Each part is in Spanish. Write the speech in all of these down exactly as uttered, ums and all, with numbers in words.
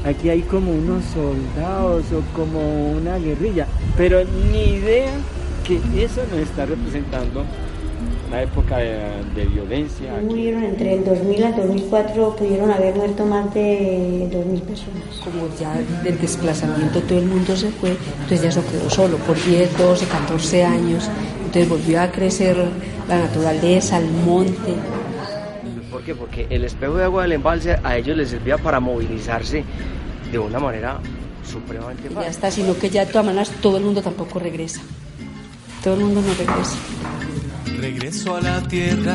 aquí hay como unos soldados o como una guerrilla, pero ni idea que eso nos está representando una época de, de violencia. Murieron entre el dos mil al dos mil cuatro, pudieron haber muerto más de dos mil personas. Como ya del desplazamiento todo el mundo se fue, entonces ya se quedó solo por diez, doce, catorce años, entonces volvió a crecer la naturaleza, el monte. ¿Por qué? Porque el espejo de agua del embalse a ellos les servía para movilizarse de una manera supremamente fácil. Ya está, sino que ya de todas maneras todo el mundo tampoco regresa. Todo el mundo no regresa. Regreso a la tierra,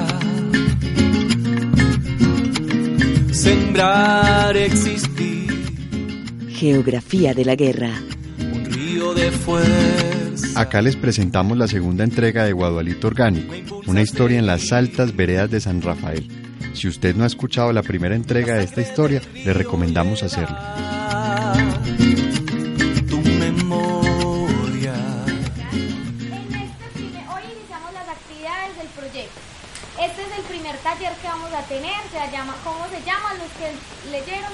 sembrar, existir. Geografía de la guerra. Un río de fuerza. Acá les presentamos la segunda entrega de Guadualito Orgánico, una historia en las altas veredas de San Rafael. Si usted no ha escuchado la primera entrega de esta historia, le recomendamos hacerlo. Tu memoria. Hoy iniciamos las actividades del proyecto. Este es el primer taller que vamos a tener. Se llama, ¿cómo se llaman los que leyeron?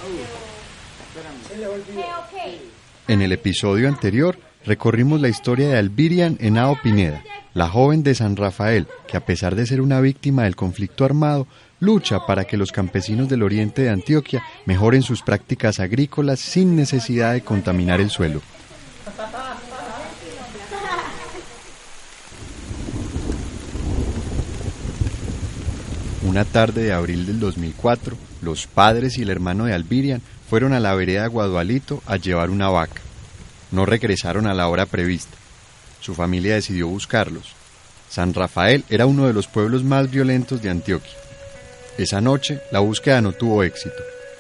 En el episodio anterior recorrimos la historia de Albirian Henao Pineda, la joven de San Rafael, que a pesar de ser una víctima del conflicto armado, lucha para que los campesinos del oriente de Antioquia mejoren sus prácticas agrícolas sin necesidad de contaminar el suelo. Una tarde de abril del dos mil cuatro, los padres y el hermano de Albirian fueron a la vereda Guadualito a llevar una vaca. No regresaron a la hora prevista. Su familia decidió buscarlos. San Rafael era uno de los pueblos más violentos de Antioquia. Esa noche, la búsqueda no tuvo éxito.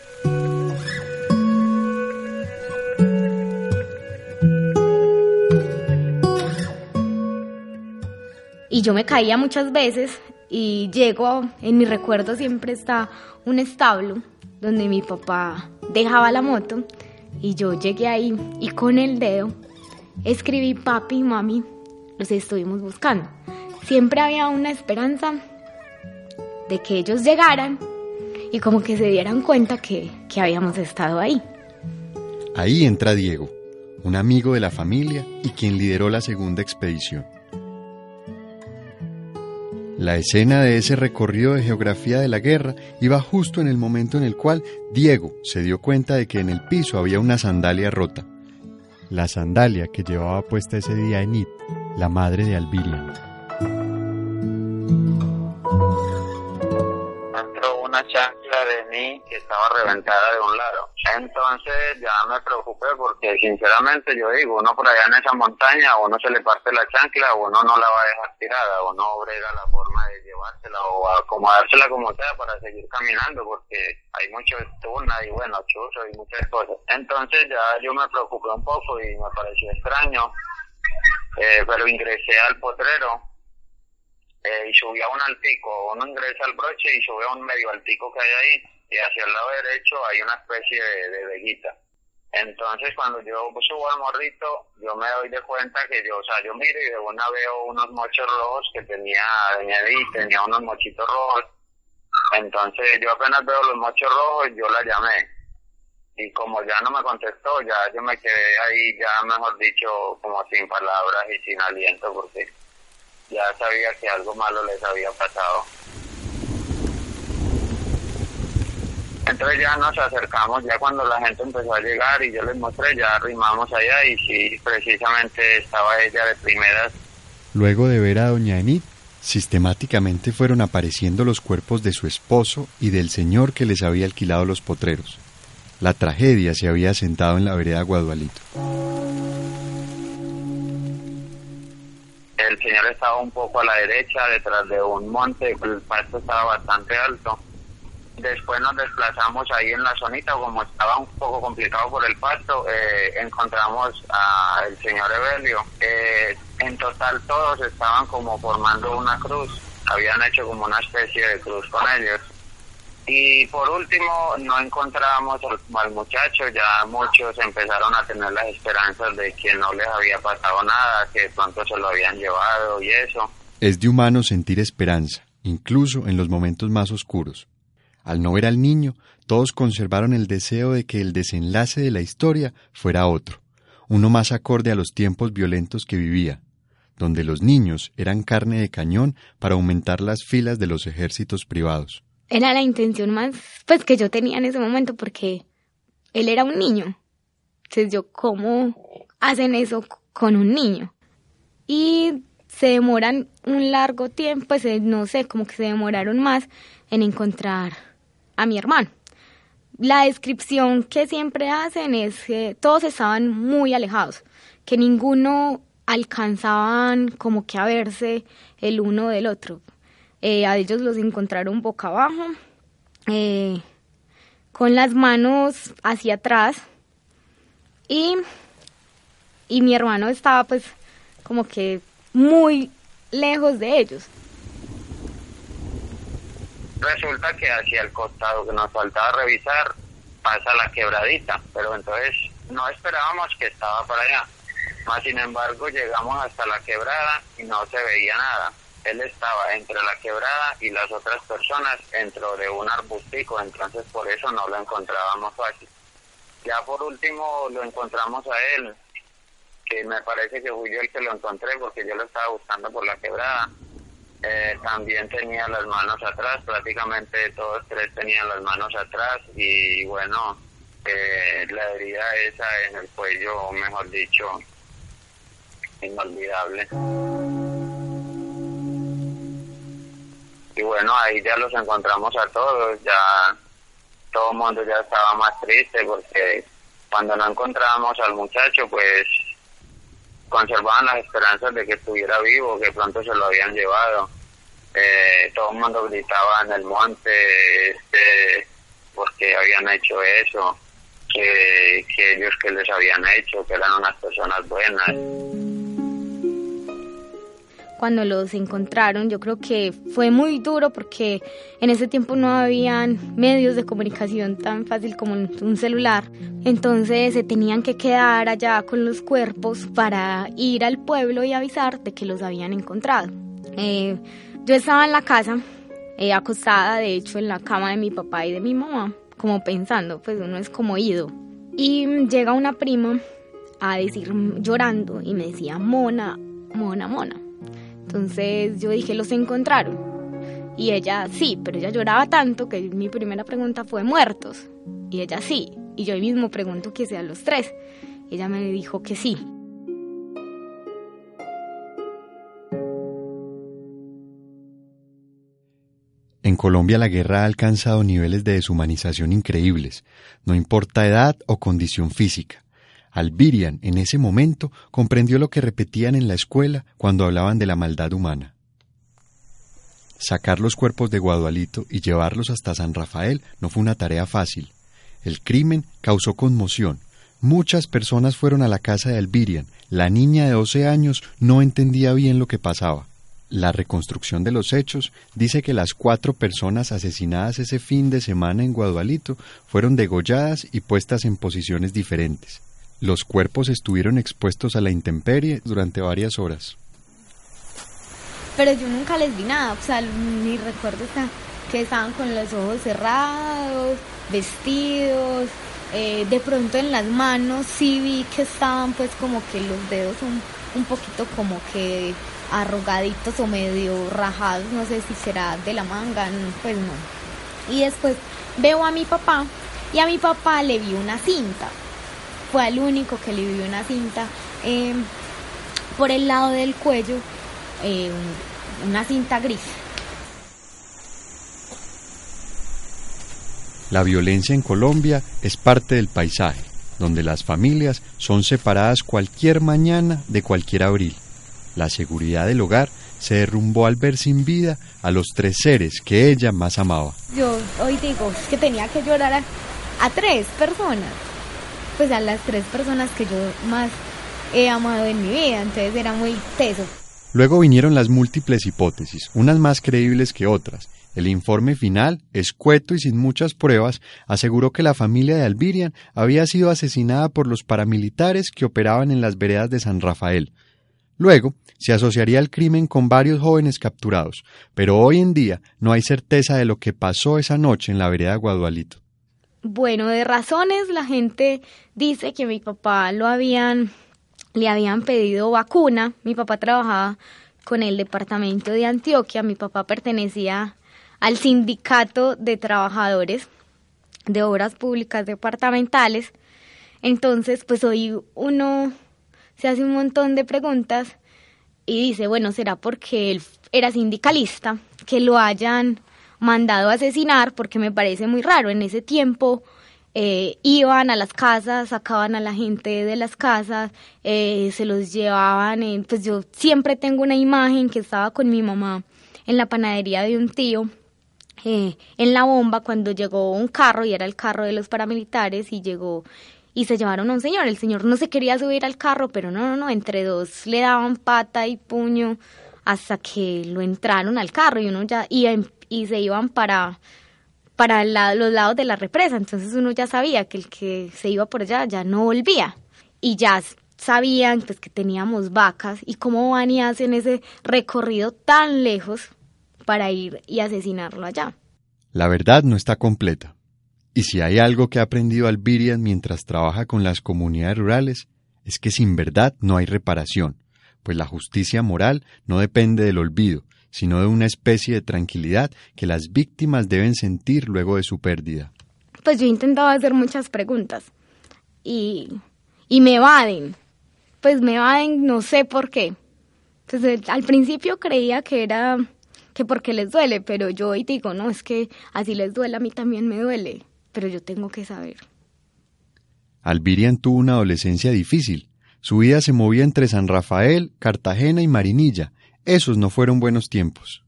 Y yo me caía muchas veces y llego, en mi recuerdo siempre está un establo donde mi papá dejaba la moto y yo llegué ahí y con el dedo escribí papi y mami, los estuvimos buscando. Siempre había una esperanza de que ellos llegaran y como que se dieran cuenta que, que habíamos estado ahí. Ahí entra Diego, un amigo de la familia y quien lideró la segunda expedición. La escena de ese recorrido de geografía de la guerra iba justo en el momento en el cual Diego se dio cuenta de que en el piso había una sandalia rota. La sandalia que llevaba puesta ese día Enid, la madre de Albirian. Una chancla de mí que estaba reventada de un lado. Entonces ya me preocupé porque sinceramente yo digo, uno por allá en esa montaña, o uno se le parte la chancla, o uno no la va a dejar tirada, o no brega la forma de llevársela o acomodársela como sea para seguir caminando, porque hay mucho tuna y bueno, chuzo y muchas cosas. Entonces ya yo me preocupé un poco y me pareció extraño, eh, pero ingresé al potrero. Eh, y subí a un altico, uno ingresa al broche y sube a un medio altico que hay ahí, y hacia el lado derecho hay una especie de, de veguita. Entonces cuando yo subo al morrito, yo me doy de cuenta que yo, o sea, yo miro y de una veo unos mochos rojos que tenía doña Edith, tenía unos mochitos rojos. Entonces yo apenas veo los mochos rojos, yo la llamé. Y como ya no me contestó, ya yo me quedé ahí, ya mejor dicho, como sin palabras y sin aliento, porque ya sabía que algo malo les había pasado. Entonces ya nos acercamos, ya cuando la gente empezó a llegar y yo les mostré, ya arrimamos allá y sí, precisamente estaba ella de primeras. Luego de ver a doña Enid, sistemáticamente fueron apareciendo los cuerpos de su esposo y del señor que les había alquilado los potreros. La tragedia se había asentado en la vereda Guadualito. El señor estaba un poco a la derecha, detrás de un monte, el pasto estaba bastante alto. Después nos desplazamos ahí en la zonita, como estaba un poco complicado por el pasto, eh, encontramos al señor Evelio. Eh, en total todos estaban como formando una cruz, habían hecho como una especie de cruz con ellos. Y por último no encontramos al, al muchacho, ya muchos empezaron a tener las esperanzas de que no les había pasado nada, que de pronto se lo habían llevado y eso. Es de humano sentir esperanza, incluso en los momentos más oscuros. Al no ver al niño, todos conservaron el deseo de que el desenlace de la historia fuera otro, uno más acorde a los tiempos violentos que vivía, donde los niños eran carne de cañón para aumentar las filas de los ejércitos privados. Era la intención más, pues, que yo tenía en ese momento, porque él era un niño. Entonces yo, ¿cómo hacen eso con un niño? Y se demoran un largo tiempo, pues no sé, como que se demoraron más en encontrar a mi hermano. La descripción que siempre hacen es que todos estaban muy alejados, que ninguno alcanzaban como que a verse el uno del otro. Eh, a ellos los encontraron boca abajo, eh, con las manos hacia atrás, y, y mi hermano estaba pues como que muy lejos de ellos. Resulta que hacia el costado que nos faltaba revisar pasa la quebradita, pero entonces no esperábamos que estaba para allá. Más sin embargo llegamos hasta la quebrada y no se veía nada. Él estaba entre la quebrada y las otras personas dentro de un arbustico, entonces por eso no lo encontrábamos fácil. Ya por último lo encontramos a él, que me parece que fui yo el que lo encontré porque yo lo estaba buscando por la quebrada. Eh, también tenía las manos atrás, prácticamente todos tres tenían las manos atrás y bueno, eh, la herida esa en el cuello, mejor dicho, inolvidable. Y bueno, ahí ya los encontramos a todos, ya todo el mundo ya estaba más triste porque cuando no encontrábamos al muchacho, pues conservaban las esperanzas de que estuviera vivo, que pronto se lo habían llevado. Eh, todo el mundo gritaba en el monte, este, porque habían hecho eso, que, que ellos que les habían hecho, que eran unas personas buenas. Cuando los encontraron, yo creo que fue muy duro porque en ese tiempo no habían medios de comunicación tan fácil como un celular. Entonces se tenían que quedar allá con los cuerpos para ir al pueblo y avisar de que los habían encontrado. Eh, yo estaba en la casa, eh, acostada de hecho en la cama de mi papá y de mi mamá, como pensando, pues uno es como ido. Y llega una prima a decir, llorando, y me decía, Mona, Mona, Mona. Entonces yo dije, ¿los encontraron? Y ella, sí, pero ella lloraba tanto que mi primera pregunta fue, ¿muertos? Y ella, sí. Y yo ahí mismo pregunto que sean los tres. Y ella me dijo que sí. En Colombia la guerra ha alcanzado niveles de deshumanización increíbles, no importa edad o condición física. Albirian, en ese momento, comprendió lo que repetían en la escuela cuando hablaban de la maldad humana. Sacar los cuerpos de Guadualito y llevarlos hasta San Rafael no fue una tarea fácil. El crimen causó conmoción. Muchas personas fueron a la casa de Albirian. La niña de doce años no entendía bien lo que pasaba. La reconstrucción de los hechos dice que las cuatro personas asesinadas ese fin de semana en Guadualito fueron degolladas y puestas en posiciones diferentes. Los cuerpos estuvieron expuestos a la intemperie durante varias horas. Pero yo nunca les vi nada, o sea, mi recuerdo está que estaban con los ojos cerrados, vestidos, eh, de pronto en las manos sí vi que estaban pues como que los dedos un, un poquito como que arrugaditos o medio rajados, no sé si será de la manga, pues no. Y después veo a mi papá y a mi papá le vi una cinta. Fue el único que le vio una cinta eh, por el lado del cuello, eh, una cinta gris. La violencia en Colombia es parte del paisaje, donde las familias son separadas cualquier mañana de cualquier abril. La seguridad del hogar se derrumbó al ver sin vida a los tres seres que ella más amaba. Yo hoy digo que tenía que llorar a, a tres personas. Pues a las tres personas que yo más he amado en mi vida, entonces era muy teso. Luego vinieron las múltiples hipótesis, unas más creíbles que otras. El informe final, escueto y sin muchas pruebas, aseguró que la familia de Albirian había sido asesinada por los paramilitares que operaban en las veredas de San Rafael. Luego, se asociaría el crimen con varios jóvenes capturados, pero hoy en día no hay certeza de lo que pasó esa noche en la vereda Guadualito. Bueno, de razones la gente dice que mi papá lo habían, le habían pedido vacuna. Mi papá trabajaba con el departamento de Antioquia, mi papá pertenecía al sindicato de trabajadores de obras públicas departamentales. Entonces, pues hoy uno se hace un montón de preguntas y dice, bueno, ¿será porque él era sindicalista que lo hayan mandado a asesinar? Porque me parece muy raro. En ese tiempo eh, iban a las casas, sacaban a la gente de las casas, eh, se los llevaban. Eh, pues yo siempre tengo una imagen que estaba con mi mamá en la panadería de un tío, eh, en la bomba, cuando llegó un carro, y era el carro de los paramilitares, y llegó y se llevaron a un señor. El señor no se quería subir al carro, pero no, no, no, entre dos le daban pata y puño hasta que lo entraron al carro, y uno ya iba, y se iban para, para la, los lados de la represa. Entonces uno ya sabía que el que se iba por allá ya no volvía, y ya sabían pues que teníamos vacas, y cómo van y hacen ese recorrido tan lejos para ir y asesinarlo allá. La verdad no está completa. Y si hay algo que ha aprendido Alvirian mientras trabaja con las comunidades rurales, es que sin verdad no hay reparación, pues la justicia moral no depende del olvido, sino de una especie de tranquilidad que las víctimas deben sentir luego de su pérdida. Pues yo he intentado hacer muchas preguntas y, y me evaden, pues me evaden, no sé por qué. Pues al principio creía que era que porque les duele, pero yo hoy digo, no, es que así les duele, a mí también me duele. Pero yo tengo que saber. Alvirian tuvo una adolescencia difícil. Su vida se movía entre San Rafael, Cartagena y Marinilla. Esos no fueron buenos tiempos.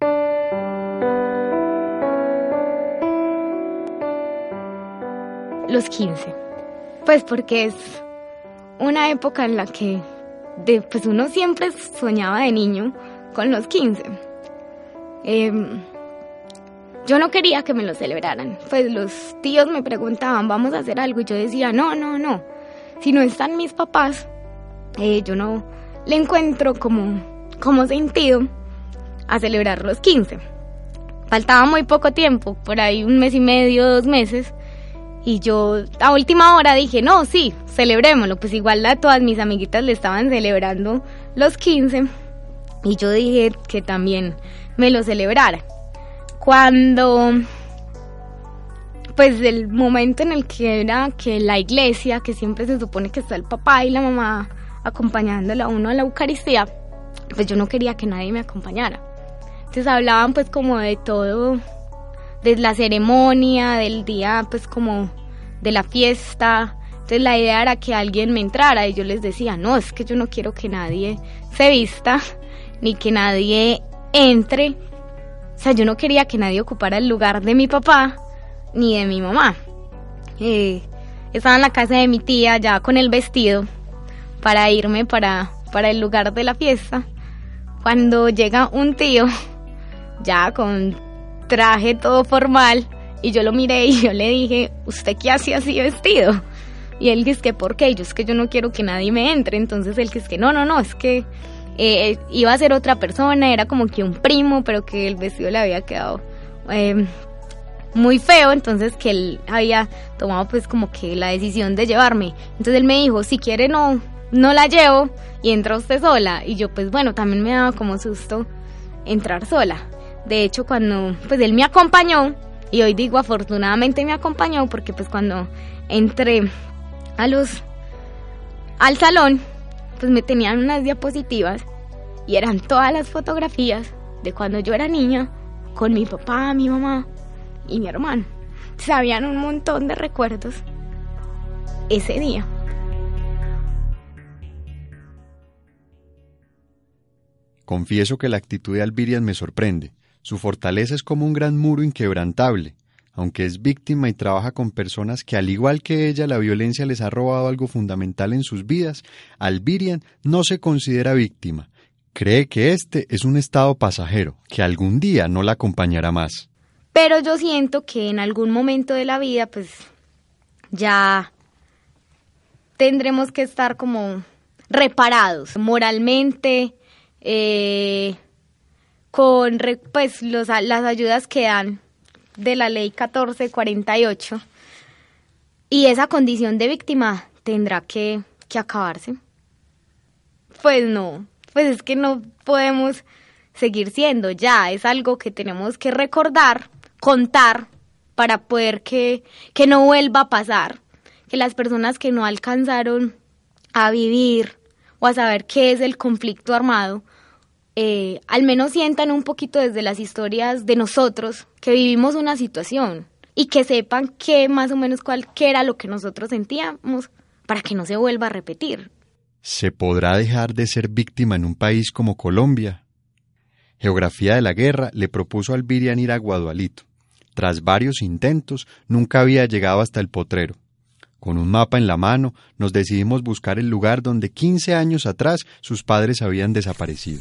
Los quince. Pues porque es una época en la que de, pues uno siempre soñaba de niño con los quince. Eh, Yo no quería que me lo celebraran, pues los tíos me preguntaban, ¿vamos a hacer algo? Y yo decía, no, no, no, si no están mis papás, eh, yo no le encuentro como, como sentido a celebrar los quince. Faltaba muy poco tiempo, por ahí un mes y medio, dos meses, y yo a última hora dije, no, sí, celebrémoslo, pues igual a todas mis amiguitas le estaban celebrando los quince, y yo dije que también me lo celebrara. Cuando, pues el momento en el que era que la iglesia, que siempre se supone que está el papá y la mamá acompañándola a uno a la Eucaristía, pues yo no quería que nadie me acompañara. Entonces hablaban pues como de todo, de la ceremonia, del día pues como de la fiesta. Entonces la idea era que alguien me entrara, y yo les decía, no, es que yo no quiero que nadie se vista, ni que nadie entre. O sea, yo no quería que nadie ocupara el lugar de mi papá ni de mi mamá. Eh, estaba en la casa de mi tía ya con el vestido para irme para, para el lugar de la fiesta. Cuando llega un tío ya con traje todo formal, y yo lo miré y yo le dije, ¿usted qué hace así vestido? Y él dice que ¿por qué? Y yo, es que yo no quiero que nadie me entre. Entonces él dice que no, no, no, es que Eh, iba a ser otra persona, era como que un primo, pero que el vestido le había quedado eh, muy feo, entonces que él había tomado pues como que la decisión de llevarme. Entonces él me dijo, si quiere no, no la llevo y entra usted sola. Y yo pues bueno, también me daba como susto entrar sola. De hecho, cuando pues él me acompañó, y hoy digo afortunadamente me acompañó, porque pues cuando entré a los al salón, pues me tenían unas diapositivas y eran todas las fotografías de cuando yo era niña con mi papá, mi mamá y mi hermano. Entonces, habían un montón de recuerdos ese día. Confieso que la actitud de Alvirian me sorprende. Su fortaleza es como un gran muro inquebrantable. Aunque es víctima y trabaja con personas que, al igual que ella, la violencia les ha robado algo fundamental en sus vidas, Alvirian no se considera víctima. Cree que este es un estado pasajero, que algún día no la acompañará más. Pero yo siento que en algún momento de la vida, pues, ya tendremos que estar como reparados moralmente, eh, con pues los, las ayudas que dan de la ley catorce cuarenta y ocho, y esa condición de víctima tendrá que, que acabarse. Pues no, pues es que no podemos seguir siendo, ya es algo que tenemos que recordar, contar, para poder que, que no vuelva a pasar, que las personas que no alcanzaron a vivir o a saber qué es el conflicto armado, Eh, al menos sientan un poquito desde las historias de nosotros que vivimos una situación y que sepan qué más o menos cuál qué era lo que nosotros sentíamos para que no se vuelva a repetir. ¿Se podrá dejar de ser víctima en un país como Colombia? Geografía de la Guerra le propuso a Albirian ir a Guadualito. Tras varios intentos, nunca había llegado hasta el Potrero. Con un mapa en la mano, nos decidimos buscar el lugar donde quince años atrás sus padres habían desaparecido.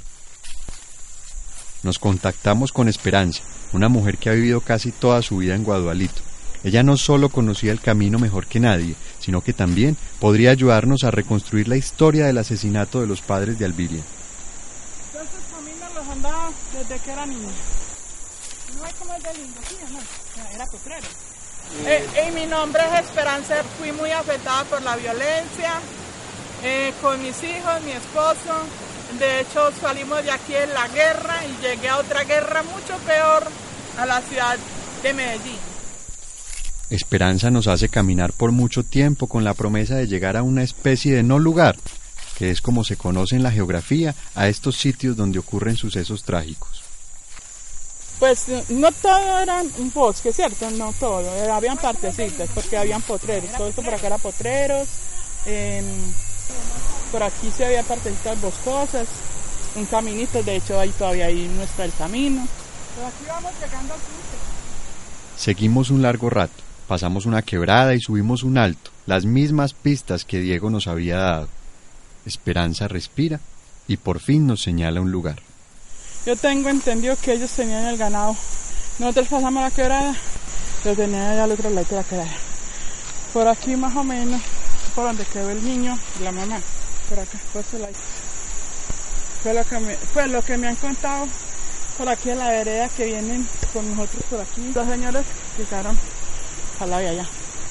Nos contactamos con Esperanza, una mujer que ha vivido casi toda su vida en Guadualito. Ella no solo conocía el camino mejor que nadie, sino que también podría ayudarnos a reconstruir la historia del asesinato de los padres de Albirian. Esos caminos los andaba desde que era niña. No es como el de lindo, sí, no, era potrero. Eh, eh, mi nombre es Esperanza, fui muy afectada por la violencia, eh, con mis hijos, mi esposo. De hecho, salimos de aquí en la guerra y llegué a otra guerra mucho peor, a la ciudad de Medellín. Esperanza nos hace caminar por mucho tiempo con la promesa de llegar a una especie de no lugar, que es como se conoce en la geografía a estos sitios donde ocurren sucesos trágicos. Pues no todo era un bosque, ¿cierto? No todo, habían partecitas, porque habían potreros, todo esto por acá era potreros, eh, por aquí se había partecitas boscosas, un caminito, de hecho ahí todavía ahí no está el camino. Pero aquí vamos llegando al punto. Seguimos un largo rato, pasamos una quebrada y subimos un alto, las mismas pistas que Diego nos había dado. Esperanza respira y por fin nos señala un lugar. Yo tengo entendido que ellos tenían el ganado. Nosotros pasamos la quebrada, lo tenían allá al otro lado de la quebrada. Por aquí más o menos, por donde quedó el niño y la mamá. Por acá, por ese lado. Fue lo que me, fue lo que me han contado por aquí en la vereda que vienen con nosotros por aquí. Los señores llegaron al lado de allá.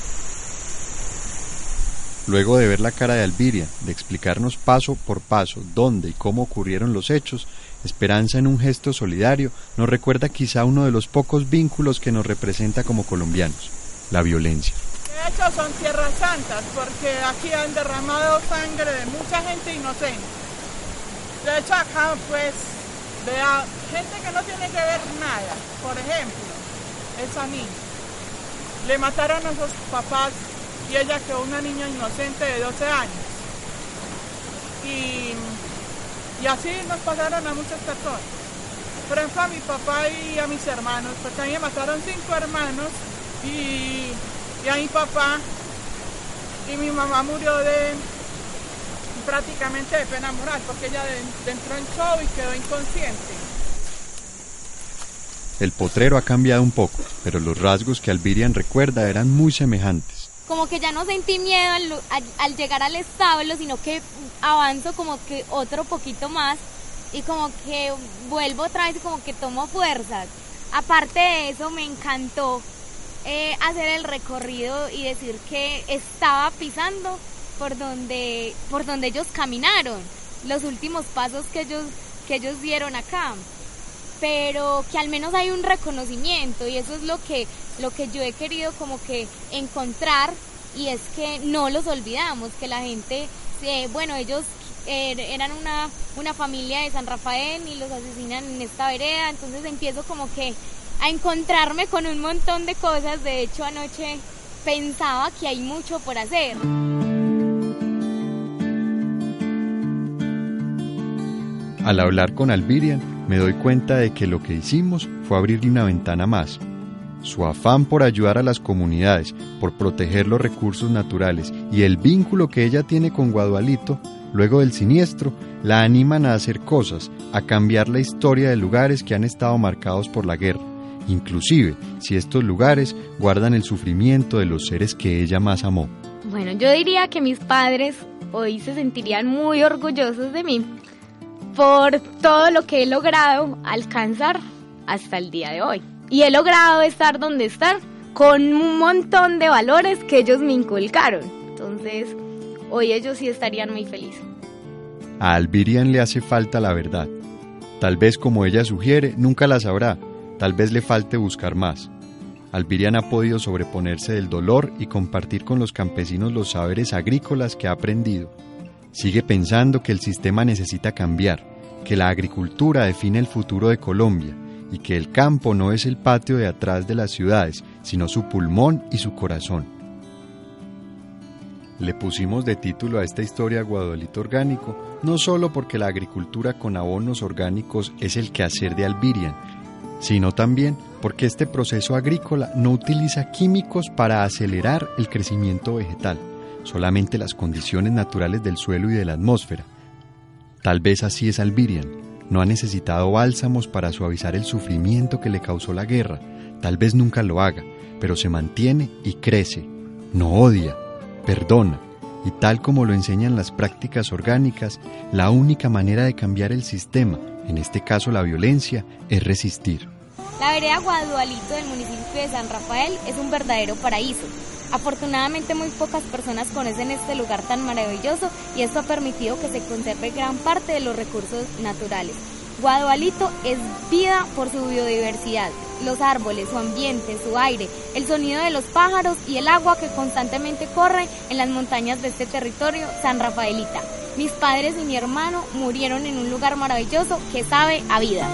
Luego de ver la cara de Albirian, de explicarnos paso por paso dónde y cómo ocurrieron los hechos, Esperanza, en un gesto solidario, nos recuerda quizá uno de los pocos vínculos que nos representa como colombianos, la violencia. De hecho son tierras santas, porque aquí han derramado sangre de mucha gente inocente. De hecho acá pues, vea, gente que no tiene que ver nada. Por ejemplo, esa niña. Le mataron a sus papás y ella quedó una niña inocente de doce años. Y, y así nos pasaron a muchas personas. Por ejemplo, a mi papá y a mis hermanos, porque a mí me mataron cinco hermanos y, y a mi papá, y mi mamá murió de prácticamente de pena moral, porque ella de, entró en show y quedó inconsciente. El potrero ha cambiado un poco, pero los rasgos que Albirian recuerda eran muy semejantes. Como que ya no sentí miedo al, al, al llegar al establo, sino que avanzo como que otro poquito más y como que vuelvo otra vez y como que tomo fuerzas. Aparte de eso, me encantó eh, hacer el recorrido y decir que estaba pisando por donde, por donde ellos caminaron, los últimos pasos que ellos, que ellos dieron acá. Pero que al menos hay un reconocimiento y eso es lo que, lo que yo he querido como que encontrar, y es que no los olvidamos, que la gente, eh, bueno, ellos eh, eran una, una familia de San Rafael y los asesinan en esta vereda, entonces empiezo como que a encontrarme con un montón de cosas. De hecho anoche pensaba que hay mucho por hacer. Al hablar con Albirian, me doy cuenta de que lo que hicimos fue abrirle una ventana más. Su afán por ayudar a las comunidades, por proteger los recursos naturales y el vínculo que ella tiene con Guadualito, luego del siniestro, la animan a hacer cosas, a cambiar la historia de lugares que han estado marcados por la guerra, inclusive si estos lugares guardan el sufrimiento de los seres que ella más amó. Bueno, yo diría que mis padres hoy se sentirían muy orgullosos de mí por todo lo que he logrado alcanzar hasta el día de hoy. Y he logrado estar donde estar con un montón de valores que ellos me inculcaron. Entonces, hoy ellos sí estarían muy felices. A Albirian le hace falta la verdad. Tal vez, como ella sugiere, nunca la sabrá. Tal vez le falte buscar más. Albirian ha podido sobreponerse del dolor y compartir con los campesinos los saberes agrícolas que ha aprendido. Sigue pensando que el sistema necesita cambiar, que la agricultura define el futuro de Colombia y que el campo no es el patio de atrás de las ciudades, sino su pulmón y su corazón. Le pusimos de título a esta historia Guadualito Orgánico, no solo porque la agricultura con abonos orgánicos es el quehacer de Albirian, sino también porque este proceso agrícola no utiliza químicos para acelerar el crecimiento vegetal, solamente las condiciones naturales del suelo y de la atmósfera. Tal vez así es Albirian, no ha necesitado bálsamos para suavizar el sufrimiento que le causó la guerra, tal vez nunca lo haga, pero se mantiene y crece, no odia, perdona, y tal como lo enseñan las prácticas orgánicas, la única manera de cambiar el sistema, en este caso la violencia, es resistir. La vereda Guadualito del municipio de San Rafael es un verdadero paraíso. Afortunadamente muy pocas personas conocen este lugar tan maravilloso y esto ha permitido que se conserve gran parte de los recursos naturales. Guadualito es vida por su biodiversidad, los árboles, su ambiente, su aire, el sonido de los pájaros y el agua que constantemente corre en las montañas de este territorio San Rafaelita. Mis padres y mi hermano murieron en un lugar maravilloso que sabe a vida.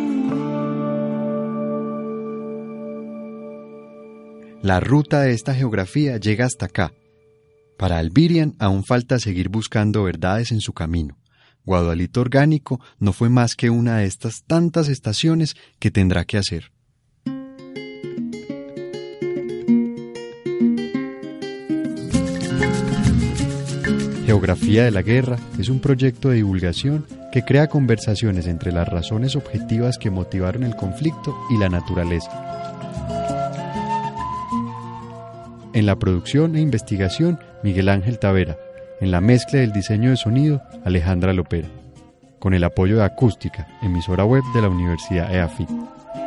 La ruta de esta geografía llega hasta acá. Para Albirian aún falta seguir buscando verdades en su camino. Guadualito Orgánico no fue más que una de estas tantas estaciones que tendrá que hacer. Geografía de la Guerra es un proyecto de divulgación que crea conversaciones entre las razones objetivas que motivaron el conflicto y la naturaleza. En la producción e investigación, Miguel Ángel Tavera. En la mezcla del diseño de sonido, Alejandra Lopera. Con el apoyo de Acústica, emisora web de la Universidad E A F I.